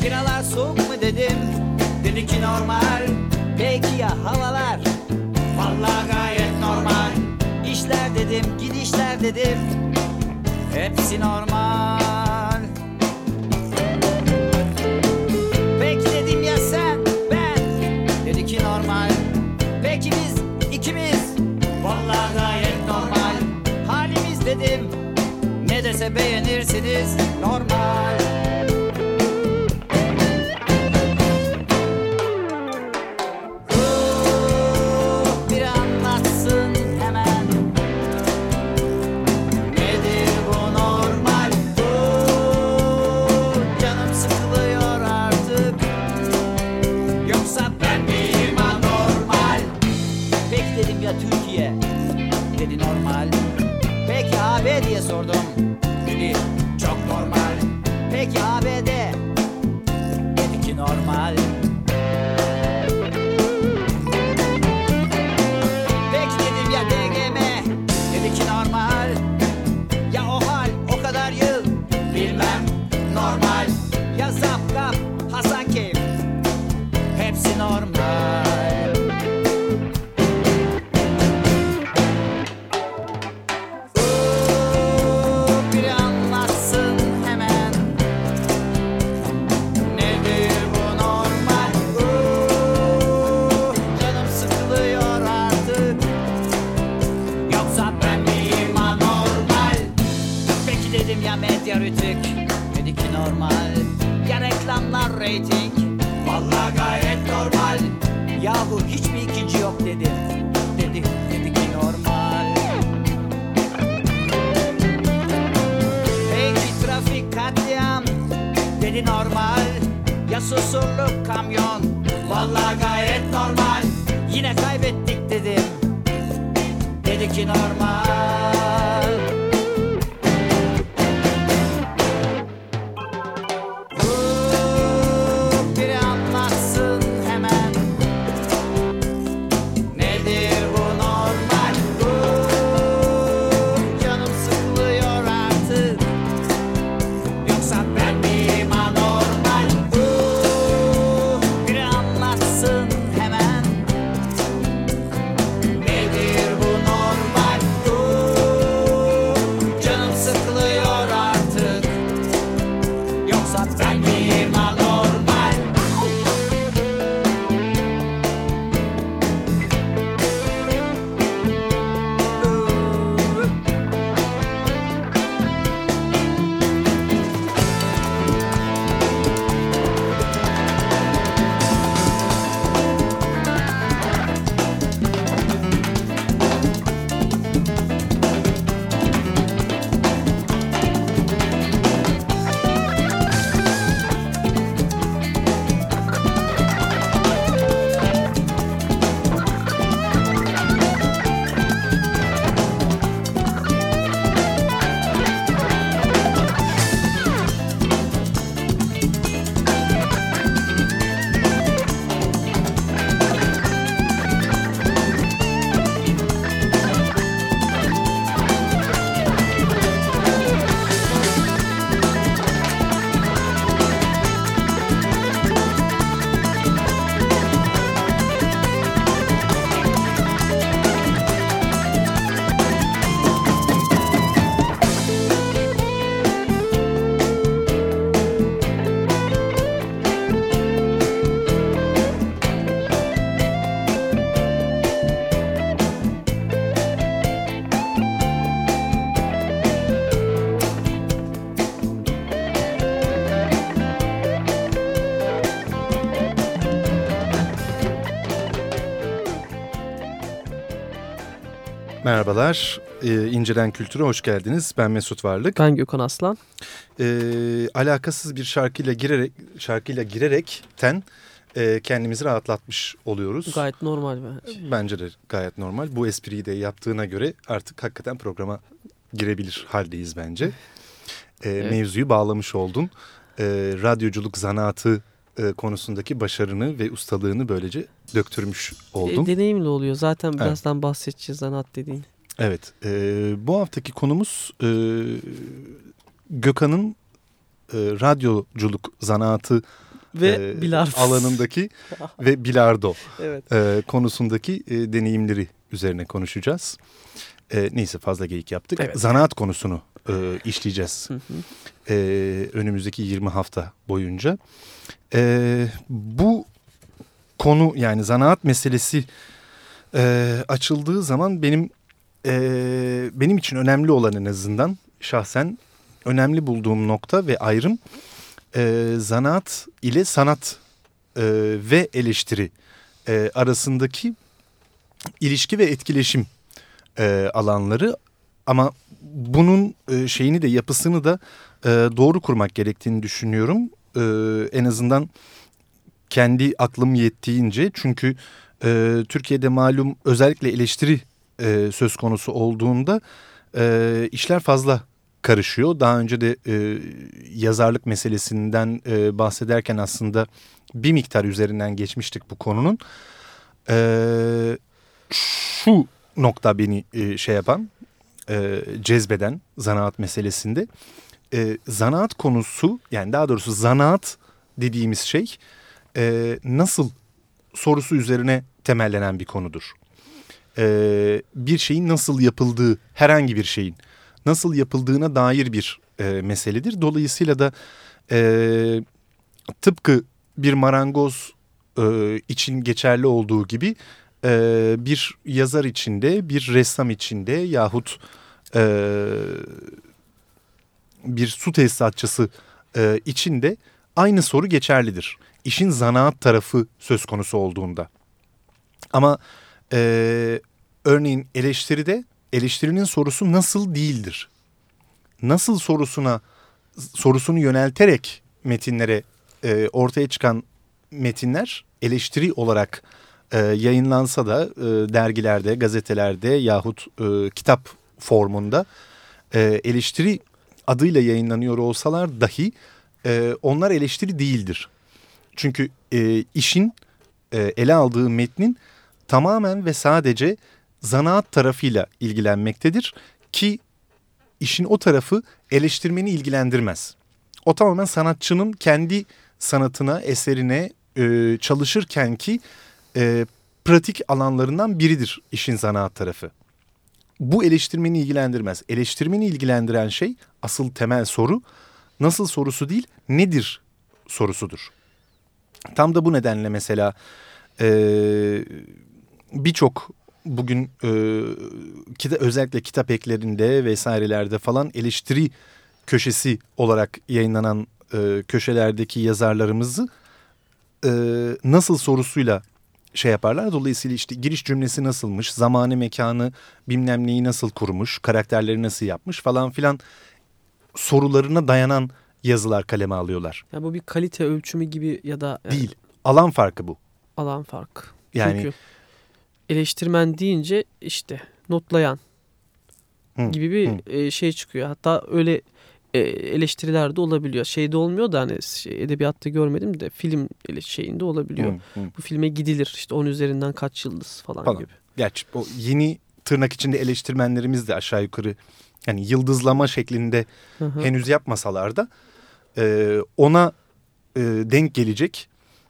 Biralar soğuk mu dedim, dedi ki normal. Peki ya havalar? Vallahi gayet normal. İşler dedim, gidişler dedim, hepsi normal. Peki dedim ya sen, ben, dedi ki normal. Peki biz ikimiz, vallahi gayet normal. Halimiz dedim, ne dese beğenirsiniz, normal. Dedi normal. Peki AB diye sordum, dedi çok normal. Peki ABD, dedi ki normal. Peki dedim ya DGM, dedi ki normal. Ya o hal o kadar yıl, bilmem, normal. Ya Zapkap, Hasankeyf, hepsi normal. Medya Rütük, dedi ki normal. Ya reklamlar reyting, vallahi gayet normal. Yahu hiç mi ikinci yok dedi, dedi ki normal. Peki trafik katliam, dedi normal. Ya susurluk kamyon, vallahi gayet normal. Yine kaybettik dedim, dedi ki normal. Merhabalar, İncelen Kültür'e hoş geldiniz. Ben Mesut Varlık. Ben Gökhan Aslan. Alakasız bir şarkıyla girerekten kendimizi rahatlatmış oluyoruz. Gayet normal bence. Bence de gayet normal. Bu espriyi de yaptığına göre artık hakikaten programa girebilir haldeyiz bence. Evet. Mevzuyu bağlamış oldun. Radyoculuk zanaatı konusundaki başarını ve ustalığını böylece döktürmüş oldun. Deneyimli oluyor. Zaten birazdan bahsedeceğiz zanaat dediğin. Evet. Bu haftaki konumuz Gökhan'ın radyoculuk zanaatı ve bilardo alanındaki ve bilardo evet. konusundaki deneyimleri üzerine konuşacağız. Neyse fazla geyik yaptık. Evet. Zanaat konusunu işleyeceğiz. Hı hı. Önümüzdeki 20 hafta boyunca. Bu konu yani zanaat meselesi açıldığı zaman benim için önemli olan en azından şahsen önemli bulduğum nokta ve ayrım zanaat ile sanat ve eleştiri arasındaki ilişki ve etkileşim alanları ama bunun şeyini de yapısını da doğru kurmak gerektiğini düşünüyorum. En azından kendi aklım yettiğince çünkü Türkiye'de malum özellikle eleştiri söz konusu olduğunda işler fazla karışıyor. Daha önce de yazarlık meselesinden bahsederken aslında bir miktar üzerinden geçmiştik bu konunun. Şu nokta beni şey yapan, cezbeden zanaat meselesinde. Zanaat konusu yani daha doğrusu zanaat dediğimiz şey nasıl sorusu üzerine temellenen bir konudur. Bir şeyin nasıl yapıldığı, herhangi bir şeyin nasıl yapıldığına dair bir meseledir. Dolayısıyla da tıpkı bir marangoz için geçerli olduğu gibi bir yazar içinde, bir ressam içinde yahut bir su tesisatçısı içinde aynı soru geçerlidir. İşin zanaat tarafı söz konusu olduğunda. Ama örneğin eleştirinin sorusu nasıl değildir. Nasıl sorusunu yönelterek metinlere ortaya çıkan metinler eleştiri olarak yayınlansa da dergilerde, gazetelerde yahut kitap formunda eleştiri adıyla yayınlanıyor olsalar dahi onlar eleştiri değildir. Çünkü işin ele aldığı metnin tamamen ve sadece zanaat tarafıyla ilgilenmektedir ki işin o tarafı eleştirmeni ilgilendirmez. O tamamen sanatçının kendi sanatına, eserine çalışırken ki pratik alanlarından biridir işin zanaat tarafı. Bu eleştirmeni ilgilendirmez. Eleştirmeni ilgilendiren şey asıl temel soru nasıl sorusu değil nedir sorusudur. Tam da bu nedenle mesela birçok bugün özellikle kitap eklerinde vesairelerde falan eleştiri köşesi olarak yayınlanan köşelerdeki yazarlarımızı nasıl sorusuyla şey yaparlar. Dolayısıyla işte giriş cümlesi nasılmış, zamanı mekanı bilmem neyi nasıl kurmuş, karakterleri nasıl yapmış falan filan sorularına dayanan yazılar kaleme alıyorlar. Yani bu bir kalite ölçümü gibi ya da... Yani değil. Alan farkı bu. Alan farkı. Yani, çünkü eleştirmen deyince işte notlayan gibi bir şey çıkıyor. Hatta öyle eleştiriler de olabiliyor. Şeyde olmuyor da hani edebiyatta görmedim de film şeyinde olabiliyor. Bu filme gidilir işte 10 üzerinden kaç yıldız falan gibi. Gerçi o yeni tırnak içinde eleştirmenlerimiz de aşağı yukarı yani yıldızlama şeklinde henüz yapmasalar da ona denk gelecek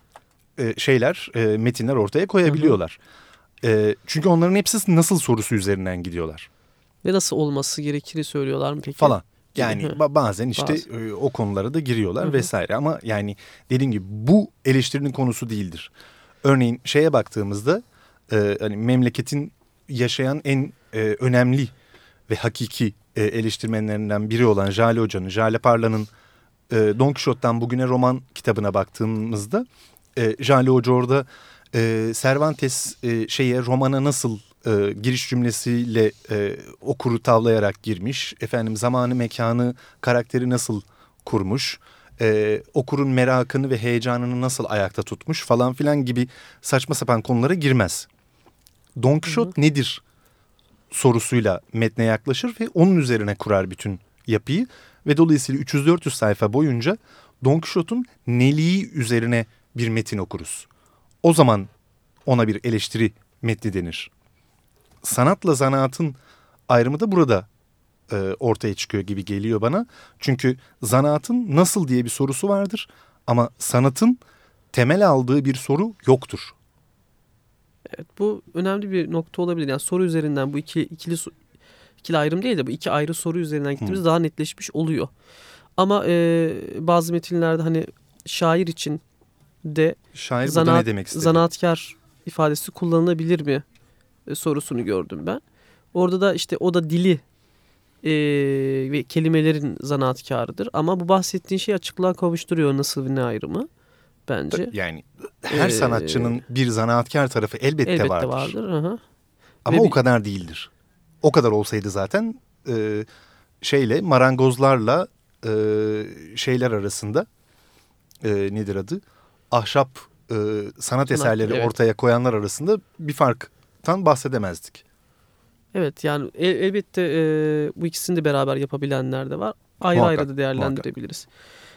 metinler ortaya koyabiliyorlar. Çünkü onların hepsi nasıl sorusu üzerinden gidiyorlar. Ve nasıl olması gerektiğini söylüyorlar mı peki? Falan. Yani bazen işte o konulara da giriyorlar vesaire ama yani dediğim gibi bu eleştirinin konusu değildir. Örneğin şeye baktığımızda hani memleketin yaşayan en önemli ve hakiki eleştirmenlerinden biri olan Jale Hoca'nın, Jale Parla'nın Don Quixote'dan bugüne roman kitabına baktığımızda Jale Hoca orada Cervantes romana nasıl giriş cümlesiyle okuru tavlayarak girmiş, zamanı mekanı karakteri nasıl kurmuş, okurun merakını ve heyecanını nasıl ayakta tutmuş falan filan gibi saçma sapan konulara girmez. Don Quixote nedir sorusuyla metne yaklaşır ve onun üzerine kurar bütün yapıyı ve dolayısıyla 300-400 sayfa boyunca Don Quixote'un neliği üzerine bir metin okuruz. O zaman ona bir eleştiri metni denir. Sanatla zanaatın ayrımı da burada ortaya çıkıyor gibi geliyor bana. Çünkü zanaatın nasıl diye bir sorusu vardır Ama sanatın temel aldığı bir soru yoktur. Evet, bu önemli bir nokta olabilir. Yani soru üzerinden bu ikili ayrım değil de bu iki ayrı soru üzerinden gittiğimiz daha netleşmiş oluyor. Ama bazı metinlerde hani şair için de Şair burada ne demek istedi? zanaatkar ifadesi kullanılabilir mi sorusunu gördüm ben. Orada da işte o da dili ve kelimelerin zanaatkarıdır. Ama bu bahsettiğin şey açıklığa kavuşturuyor nasıl ve ne ayrımı bence. Yani her sanatçının bir zanaatkar tarafı elbette vardır. Aha. Ama Ve o kadar değildir. O kadar olsaydı zaten marangozlarla şeyler arasında nedir adı? Ahşap sanat eserleri ortaya koyanlar arasında bir farktan bahsedemezdik. Evet, yani elbette bu ikisini de beraber yapabilenler de var. Ayrı ayrı da değerlendirebiliriz.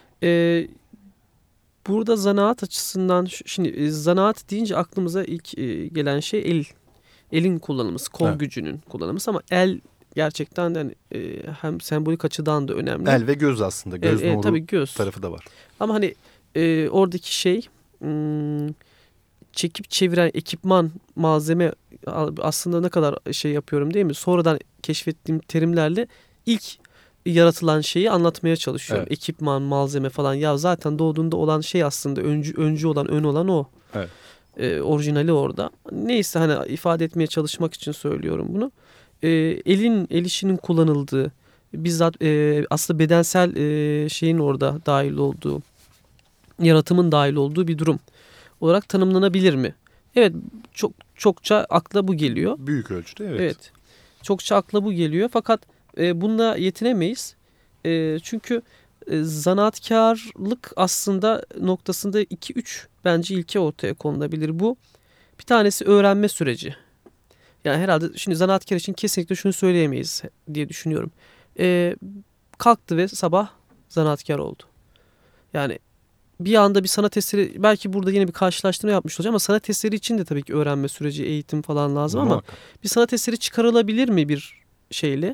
Burada zanaat açısından şimdi zanaat deyince aklımıza ilk gelen şey elin kullanılması, kol gücünün kullanılması ama el gerçekten de hem sembolik açıdan da önemli. El ve göz aslında. Göz nuru tabii göz tarafı da var. Ama hani oradaki şey çekip çeviren ekipman, malzeme aslında ne kadar şey yapıyorum değil mi? Sonradan keşfettiğim terimlerle ilk yaratılan şeyi anlatmaya çalışıyorum. Evet. Ekipman, malzeme falan. Ya zaten doğduğunda olan şey aslında öncü olan, ön olan o. Evet. Orijinali orada. Neyse hani ifade etmeye çalışmak için söylüyorum bunu. El işinin kullanıldığı, bizzat aslında bedensel şeyin orada dahil olduğu, yaratımın dahil olduğu bir durum olarak tanımlanabilir mi? Evet, çokça akla bu geliyor. Büyük ölçüde evet. Evet. Çokça akla bu geliyor fakat bununla yetinemeyiz. Çünkü zanaatkarlık aslında noktasında 2-3 bence ilke ortaya konulabilir. Bu bir tanesi öğrenme süreci. Yani herhalde şimdi zanaatkar için kesinlikle şunu söyleyemeyiz diye düşünüyorum. Kalktı ve sabah zanaatkar oldu. Yani bir anda bir sanat eseri, belki burada yine bir karşılaştırma yapmış olacağım ama sanat eseri için de tabii ki öğrenme süreci, eğitim falan lazım ama bir sanat eseri çıkarılabilir mi bir şeyle,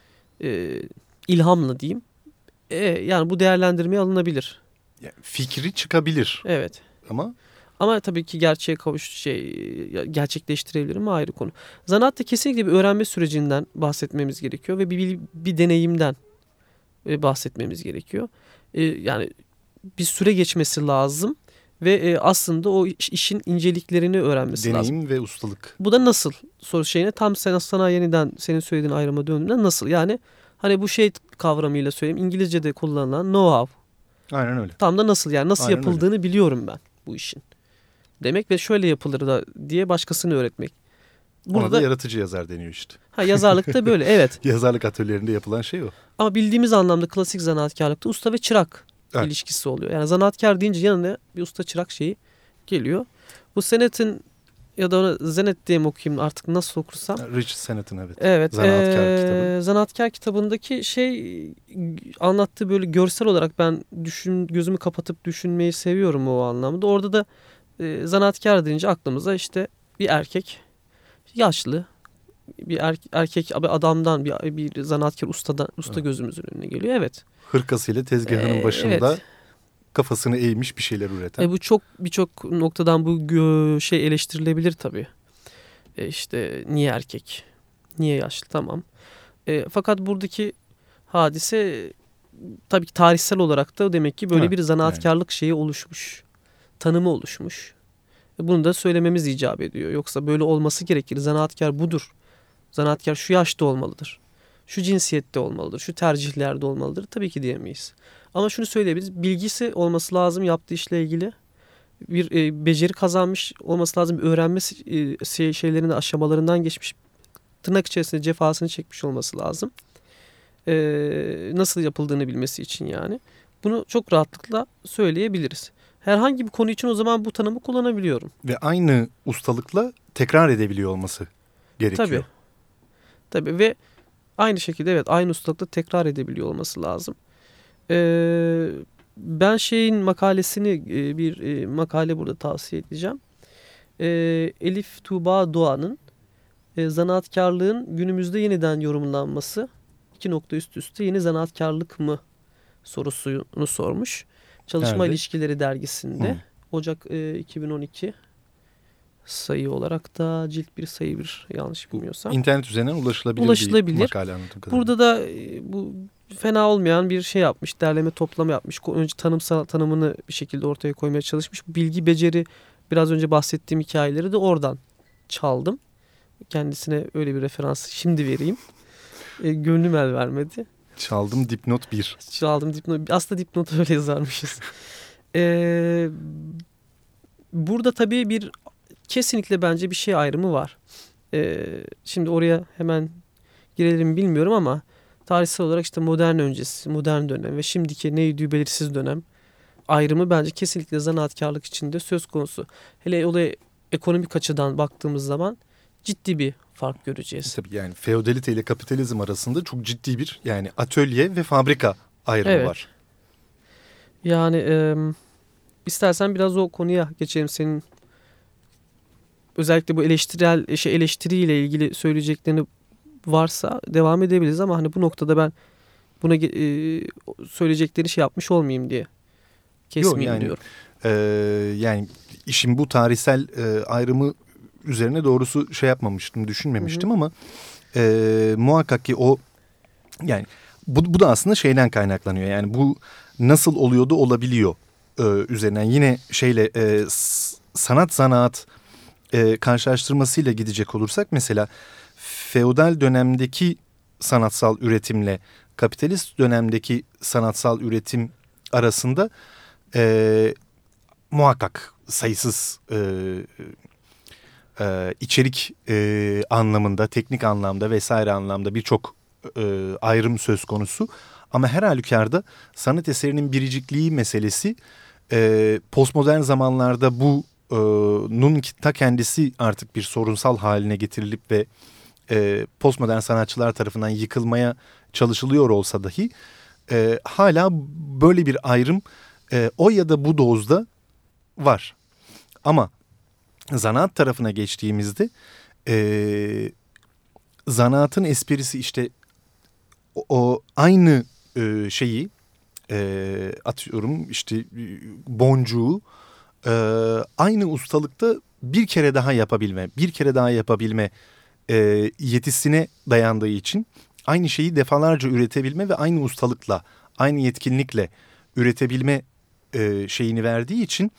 ilhamla diyeyim. Yani bu değerlendirmeye alınabilir. Yani fikri çıkabilir. Evet. Ama tabii ki gerçeğe gerçekleştirebilir mi ayrı konu. Zanaatta kesinlikle bir öğrenme sürecinden bahsetmemiz gerekiyor ve bir deneyimden bahsetmemiz gerekiyor. Yani bir süre geçmesi lazım ve aslında o işin inceliklerini öğrenmesi lazım. Deneyim ve ustalık. Bu da nasıl soru şeyine tam sana yeniden senin söylediğin ayrıma döndüğümde nasıl? Yani hani bu şey kavramıyla söyleyeyim, İngilizce'de kullanılan know-how. Aynen öyle. Tam da nasıl, yani nasıl Aynen yapıldığını öyle. Biliyorum ben bu işin demek ve şöyle yapılır da diye başkasını öğretmek. Ona da yaratıcı yazar deniyor işte. Yazarlık da böyle, evet. Yazarlık atölyelerinde yapılan şey o. Ama bildiğimiz anlamda klasik zanaatkarlıkta usta ve çırak ilişkisi oluyor. Yani zanaatkar deyince yanına bir usta çırak şeyi geliyor. Bu Sennett'in ya da ona Zennet diye mi okuyayım artık nasıl okursam. Richard Sennett'in evet. Evet. Zanaatkar kitabı. Zanaatkar kitabındaki şey anlattığı böyle görsel olarak ben gözümü kapatıp düşünmeyi seviyorum o anlamda. Orada da zanaatkar deyince aklımıza işte bir erkek, yaşlı bir erkek adamdan bir zanaatkar usta gözümüzün önüne geliyor. Evet. Hırkasıyla tezgahının başında evet. Kafasını eğmiş bir şeyler üreten. Bu birçok noktadan bu eleştirilebilir tabii. İşte niye erkek? Niye yaşlı? Tamam. Fakat buradaki hadise tabii ki tarihsel olarak da demek ki böyle bir zanaatkarlık şeyi oluşmuş. Tanımı oluşmuş. Bunu da söylememiz icap ediyor. Yoksa böyle olması gerekir. Zanaatkar budur. Zanaatkar şu yaşta olmalıdır. Şu cinsiyette olmalıdır. Şu tercihlerde olmalıdır. Tabii ki diyemeyiz. Ama şunu söyleyebiliriz. Bilgisi olması lazım yaptığı işle ilgili. Bir beceri kazanmış olması lazım. Bir öğrenme şeylerinde aşamalarından geçmiş. Tırnak içerisinde cefasını çekmiş olması lazım. Nasıl yapıldığını bilmesi için yani. Bunu çok rahatlıkla söyleyebiliriz. Herhangi bir konu için o zaman bu tanımı kullanabiliyorum. Ve aynı ustalıkla tekrar edebiliyor olması gerekiyor. Tabii ve aynı şekilde evet aynı ustalıkla tekrar edebiliyor olması lazım. Ben şeyin makalesini bir makale burada tavsiye edeceğim. Elif Tuğba Doğan'ın zanaatkarlığın günümüzde yeniden yorumlanması 2 nokta üst üste yeni zanaatkarlık mı sorusunu sormuş. Çalışma Nerede? İlişkileri dergisinde. Ocak 2012 sayı olarak da cilt 1 sayı 1 yanlış bilmiyorsam. İnternet üzerinden ulaşılabilir bir makale anladığım kadarıyla. Burada da bu fena olmayan bir şey yapmış. Derleme toplama yapmış. Önce tanımını bir şekilde ortaya koymaya çalışmış. Bilgi, beceri, biraz önce bahsettiğim hikayeleri de oradan çaldım. Kendisine öyle bir referans şimdi vereyim. Gönlüm el vermedi. Çaldım dipnot 1. Çaldım dipnot. Aslında dipnot öyle yazarmışız. Burada tabii kesinlikle bence bir şey ayrımı var. Şimdi oraya hemen girelim bilmiyorum ama tarihsel olarak işte modern öncesi, modern dönem ve şimdiki neydi belirsiz dönem ayrımı bence kesinlikle zanaatkarlık içinde söz konusu. Hele olaya ekonomik açıdan baktığımız zaman ciddi bir fark göreceğiz. Tabii yani feodalite ile kapitalizm arasında çok ciddi bir yani atölye ve fabrika ayrımı var. Yani istersen biraz o konuya geçelim. Senin özellikle bu eleştiriyle ilgili söyleyeceklerini varsa devam edebiliriz ama hani bu noktada ben buna söyleyecekleri şey yapmış olmayayım diye kesmeyeyim diyorum. Yani işin bu tarihsel ayrımı üzerine doğrusu düşünmemiştim ama muhakkak ki o yani bu da aslında şeyden kaynaklanıyor. Yani bu nasıl oluyordu olabiliyor üzerinden yine sanat zanaat karşılaştırmasıyla gidecek olursak mesela feodal dönemdeki sanatsal üretimle kapitalist dönemdeki sanatsal üretim arasında muhakkak sayısız içerik anlamında, teknik anlamda vesaire anlamda birçok ayrım söz konusu. Ama her halükarda sanat eserinin biricikliği meselesi postmodern zamanlarda bunun ta kendisi artık bir sorunsal haline getirilip ve postmodern sanatçılar tarafından yıkılmaya çalışılıyor olsa dahi hala böyle bir ayrım o ya da bu dozda var. Ama zanaat tarafına geçtiğimizde zanaatın esprisi işte o aynı şeyi atıyorum işte boncuğu aynı ustalıkta bir kere daha yapabilme yetisine dayandığı için aynı şeyi defalarca üretebilme ve aynı ustalıkla, aynı yetkinlikle üretebilme şeyini verdiği için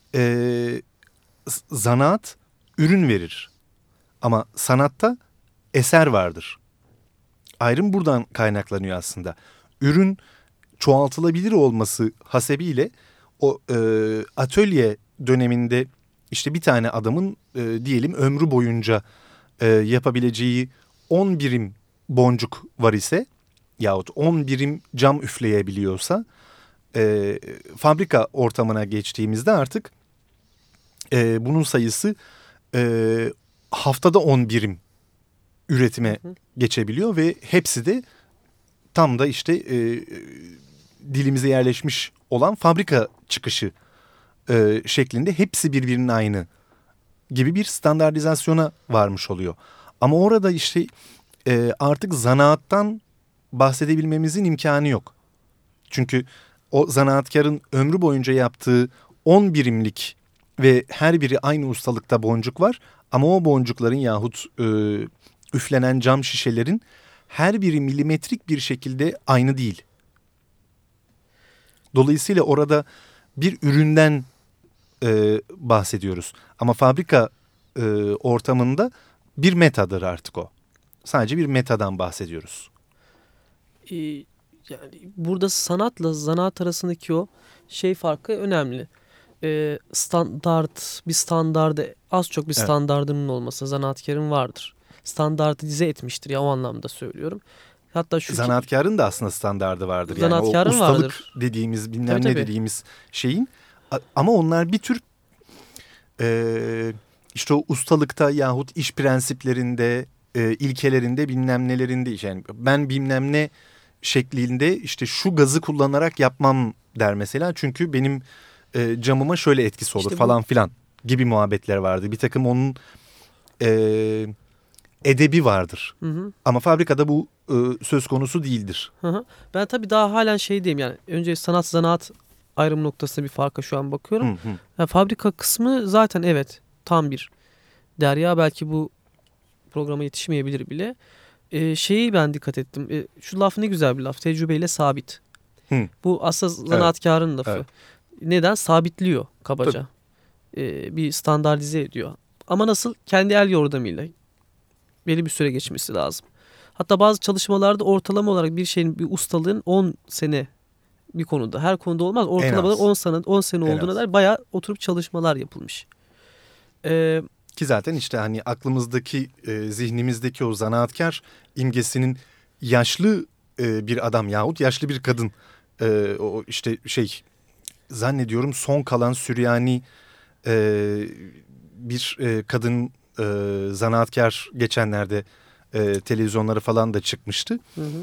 zanaat ürün verir. Ama sanatta eser vardır. Ayrım buradan kaynaklanıyor aslında. Ürün çoğaltılabilir olması hasebiyle o atölye döneminde işte bir tane adamın diyelim ömrü boyunca yapabileceği 10 birim boncuk var ise yahut 10 birim cam üfleyebiliyorsa fabrika ortamına geçtiğimizde artık bunun sayısı haftada 10 birim üretime geçebiliyor ve hepsi de tam da işte dilimize yerleşmiş olan fabrika çıkışı şeklinde hepsi birbirinin aynı gibi bir standartizasyona varmış oluyor. Ama orada işte artık zanaattan bahsedebilmemizin imkanı yok. Çünkü o zanaatkarın ömrü boyunca yaptığı 10 birimlik ve her biri aynı ustalıkta boncuk var. Ama o boncukların yahut üflenen cam şişelerin her biri milimetrik bir şekilde aynı değil. Dolayısıyla orada bir üründen bahsediyoruz. Ama fabrika ortamında bir metadır artık o. Sadece bir metadan bahsediyoruz. Yani burada sanatla zanaat arasındaki o farkı önemli. Bir standardı az çok bir standardının olması zanaatkarın vardır. Standartize etmiştir ya o anlamda söylüyorum. Hatta zanaatkarın da aslında standardı vardır. Yani o ustalık vardır dediğimiz bilmem ne dediğimiz şeyin. Ama onlar bir tür işte o ustalıkta yahut iş prensiplerinde, ilkelerinde bilmem nelerinde yani ben bilmem ne şeklinde işte şu gazı kullanarak yapmam der mesela. Çünkü benim camıma şöyle etkisi olur işte falan filan gibi muhabbetler vardı. Bir takım onun edebi vardır. Hı. Ama fabrikada bu söz konusu değildir. Hı. Ben tabii daha halen diyeyim yani önce sanat zanaat ayrım noktasında bir farka şu an bakıyorum. Yani fabrika kısmı zaten evet tam bir derya, belki bu programa yetişmeyebilir bile. Şeyi ben dikkat ettim. Şu laf ne güzel bir laf. Tecrübeyle sabit. Bu aslında zanaatkarın lafı. Evet. Neden? Sabitliyor kabaca. Bir standartize ediyor. Ama nasıl? Kendi el yordamıyla. Belli bir süre geçmesi lazım. Hatta bazı çalışmalarda ortalama olarak bir şeyin, bir ustalığın 10 sene bir konuda. Her konuda olmaz. Ortalama 10 sene olduğuna dair bayağı oturup çalışmalar yapılmış. Ki zaten işte hani aklımızdaki, zihnimizdeki o zanaatkar imgesinin yaşlı bir adam yahut yaşlı bir kadın, o işte zannediyorum son kalan Süryani bir kadın zanaatkar geçenlerde televizyonlara falan da çıkmıştı.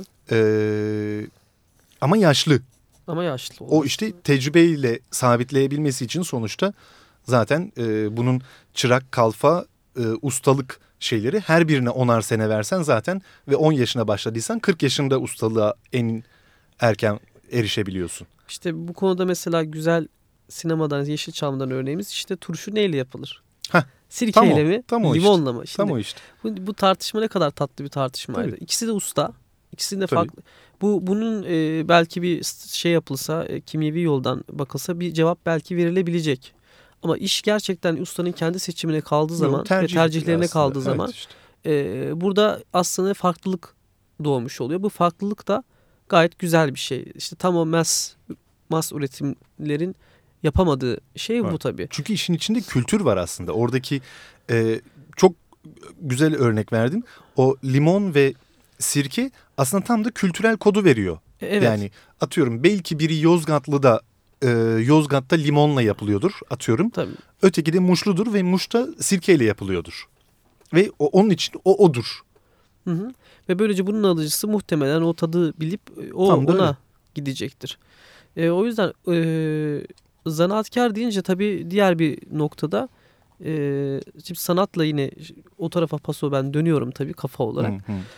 Ama yaşlı. Ama yaşlı. O işte tecrübeyle sabitleyebilmesi için sonuçta zaten bunun çırak, kalfa, ustalık şeyleri, her birine 10'ar sene versen zaten ve 10 yaşına başladıysan 40 yaşında ustalığa en erken erişebiliyorsun. İşte bu konuda mesela güzel sinemadan, Yeşilçam'dan örneğimiz işte turşu neyle yapılır? Sirkeyle mi? Limonla mı? Şimdi tam o işte. Bu tartışma ne kadar tatlı bir tartışmaydı. Tabii. İkisi de usta. İkisi de farklı. Bunun belki bir şey yapılsa, kimyevi yoldan bakılsa bir cevap belki verilebilecek. Ama iş gerçekten ustanın kendi seçimine kaldığı zaman ve tercihlerine aslında kaldığı zaman işte. burada aslında farklılık doğmuş oluyor. Bu farklılık da gayet güzel bir şey. İşte tam o mass üretimlerin yapamadığı şey bu tabii. Çünkü işin içinde kültür var aslında. Oradaki çok güzel örnek verdin. O limon ve sirke aslında tam da kültürel kodu veriyor. Evet. Yani atıyorum belki biri Yozgatlı da Yozgat'ta limonla yapılıyordur atıyorum. Tabii. Öteki de Muşludur ve Muş'ta sirkeyle yapılıyordur. Ve onun için odur. Hı. Ve böylece bunun alıcısı muhtemelen o tadı bilip ona gidecektir. O yüzden zanaatkar deyince tabii diğer bir noktada şimdi sanatla yine o tarafa paso ben dönüyorum tabii kafa olarak.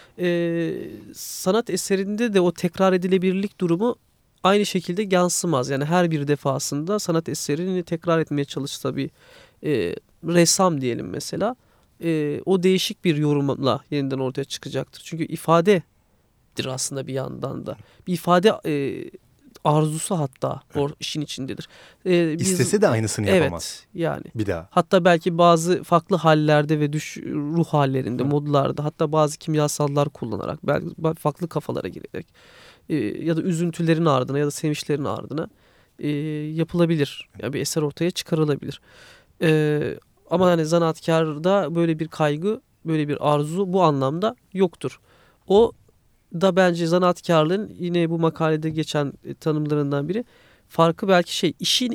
Sanat eserinde de o tekrar edilebilirlik durumu aynı şekilde yansımaz. Yani her bir defasında sanat eserini tekrar etmeye çalışsa bir ressam diyelim mesela, o değişik bir yorumla yeniden ortaya çıkacaktır. Çünkü ifadedir aslında bir yandan da. Bir ifade arzusu hatta işin içindedir. İstese de aynısını yapamaz. Evet yani. Bir daha. Hatta belki bazı farklı hallerde ve ruh hallerinde, modlarda, hatta bazı kimyasallar kullanarak, belki farklı kafalara girerek ya da üzüntülerin ardına ya da sevinçlerin ardına yapılabilir. Yani bir eser ortaya çıkarılabilir. Ama hani zanaatkarda böyle bir kaygı, böyle bir arzu bu anlamda yoktur. O da bence zanaatkarlığın yine bu makalede geçen tanımlarından biri. Farkı belki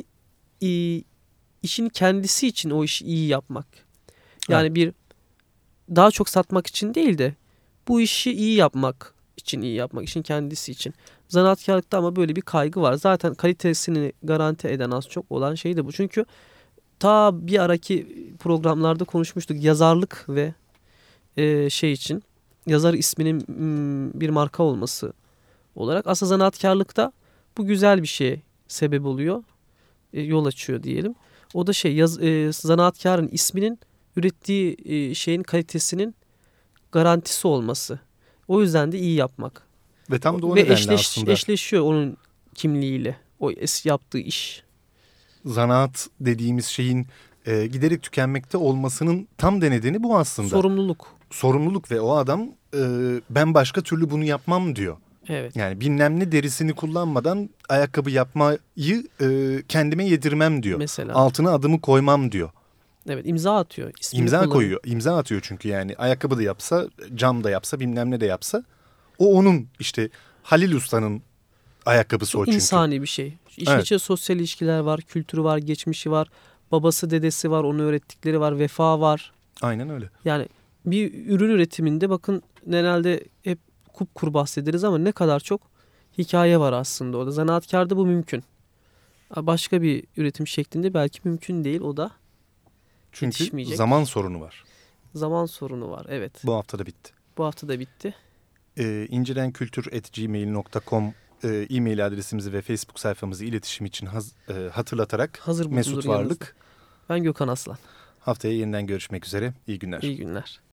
işin kendisi için o işi iyi yapmak. Yani bir daha çok satmak için değil de bu işi iyi yapmak için iyi yapmak, işin kendisi için. Zanaatkarlıkta ama böyle bir kaygı var. Zaten kalitesini garanti eden az çok olan şey de bu. Çünkü ta bir araki programlarda konuşmuştuk, yazarlık ve için yazar isminin bir marka olması olarak aslında zanaatkarlıkta bu güzel bir şeye sebep oluyor. Yol açıyor diyelim. O da zanaatkarın isminin ürettiği şeyin kalitesinin garantisi olması. O yüzden de iyi yapmak. Ve tam da o nedenle aslında. Eşleşiyor onun kimliğiyle o yaptığı iş. Zanaat dediğimiz şeyin giderek tükenmekte olmasının tam da nedeni bu aslında. Sorumluluk ve o adam ben başka türlü bunu yapmam diyor. Evet. Yani bilmem ne derisini kullanmadan ayakkabı yapmayı kendime yedirmem diyor. Mesela. Altına adımı koymam diyor. Evet, imza atıyor. Koyuyor. İmza atıyor çünkü yani ayakkabı da yapsa, cam da yapsa, bilmem ne de yapsa o onun işte Halil Usta'nın ayakkabısı o çünkü. İnsani bir şey. İşin içinde sosyal ilişkiler var, kültürü var, geçmişi var, babası, dedesi var, onu öğrettikleri var, vefa var. Aynen öyle. Yani bir ürün üretiminde bakın genelde hep kupkuru bahsederiz ama ne kadar çok hikaye var aslında orada. Zanaatkarda bu mümkün. Başka bir üretim şeklinde belki mümkün değil, o da çünkü zaman sorunu var. Zaman sorunu var, evet. Bu hafta da bitti. Bu hafta da bitti. incirenkültür@gmail.com e-mail adresimizi ve Facebook sayfamızı iletişim için hatırlatarak Hazır Mesut Varlık. Ben Gökhan Aslan. Haftaya yeniden görüşmek üzere. İyi günler. İyi günler.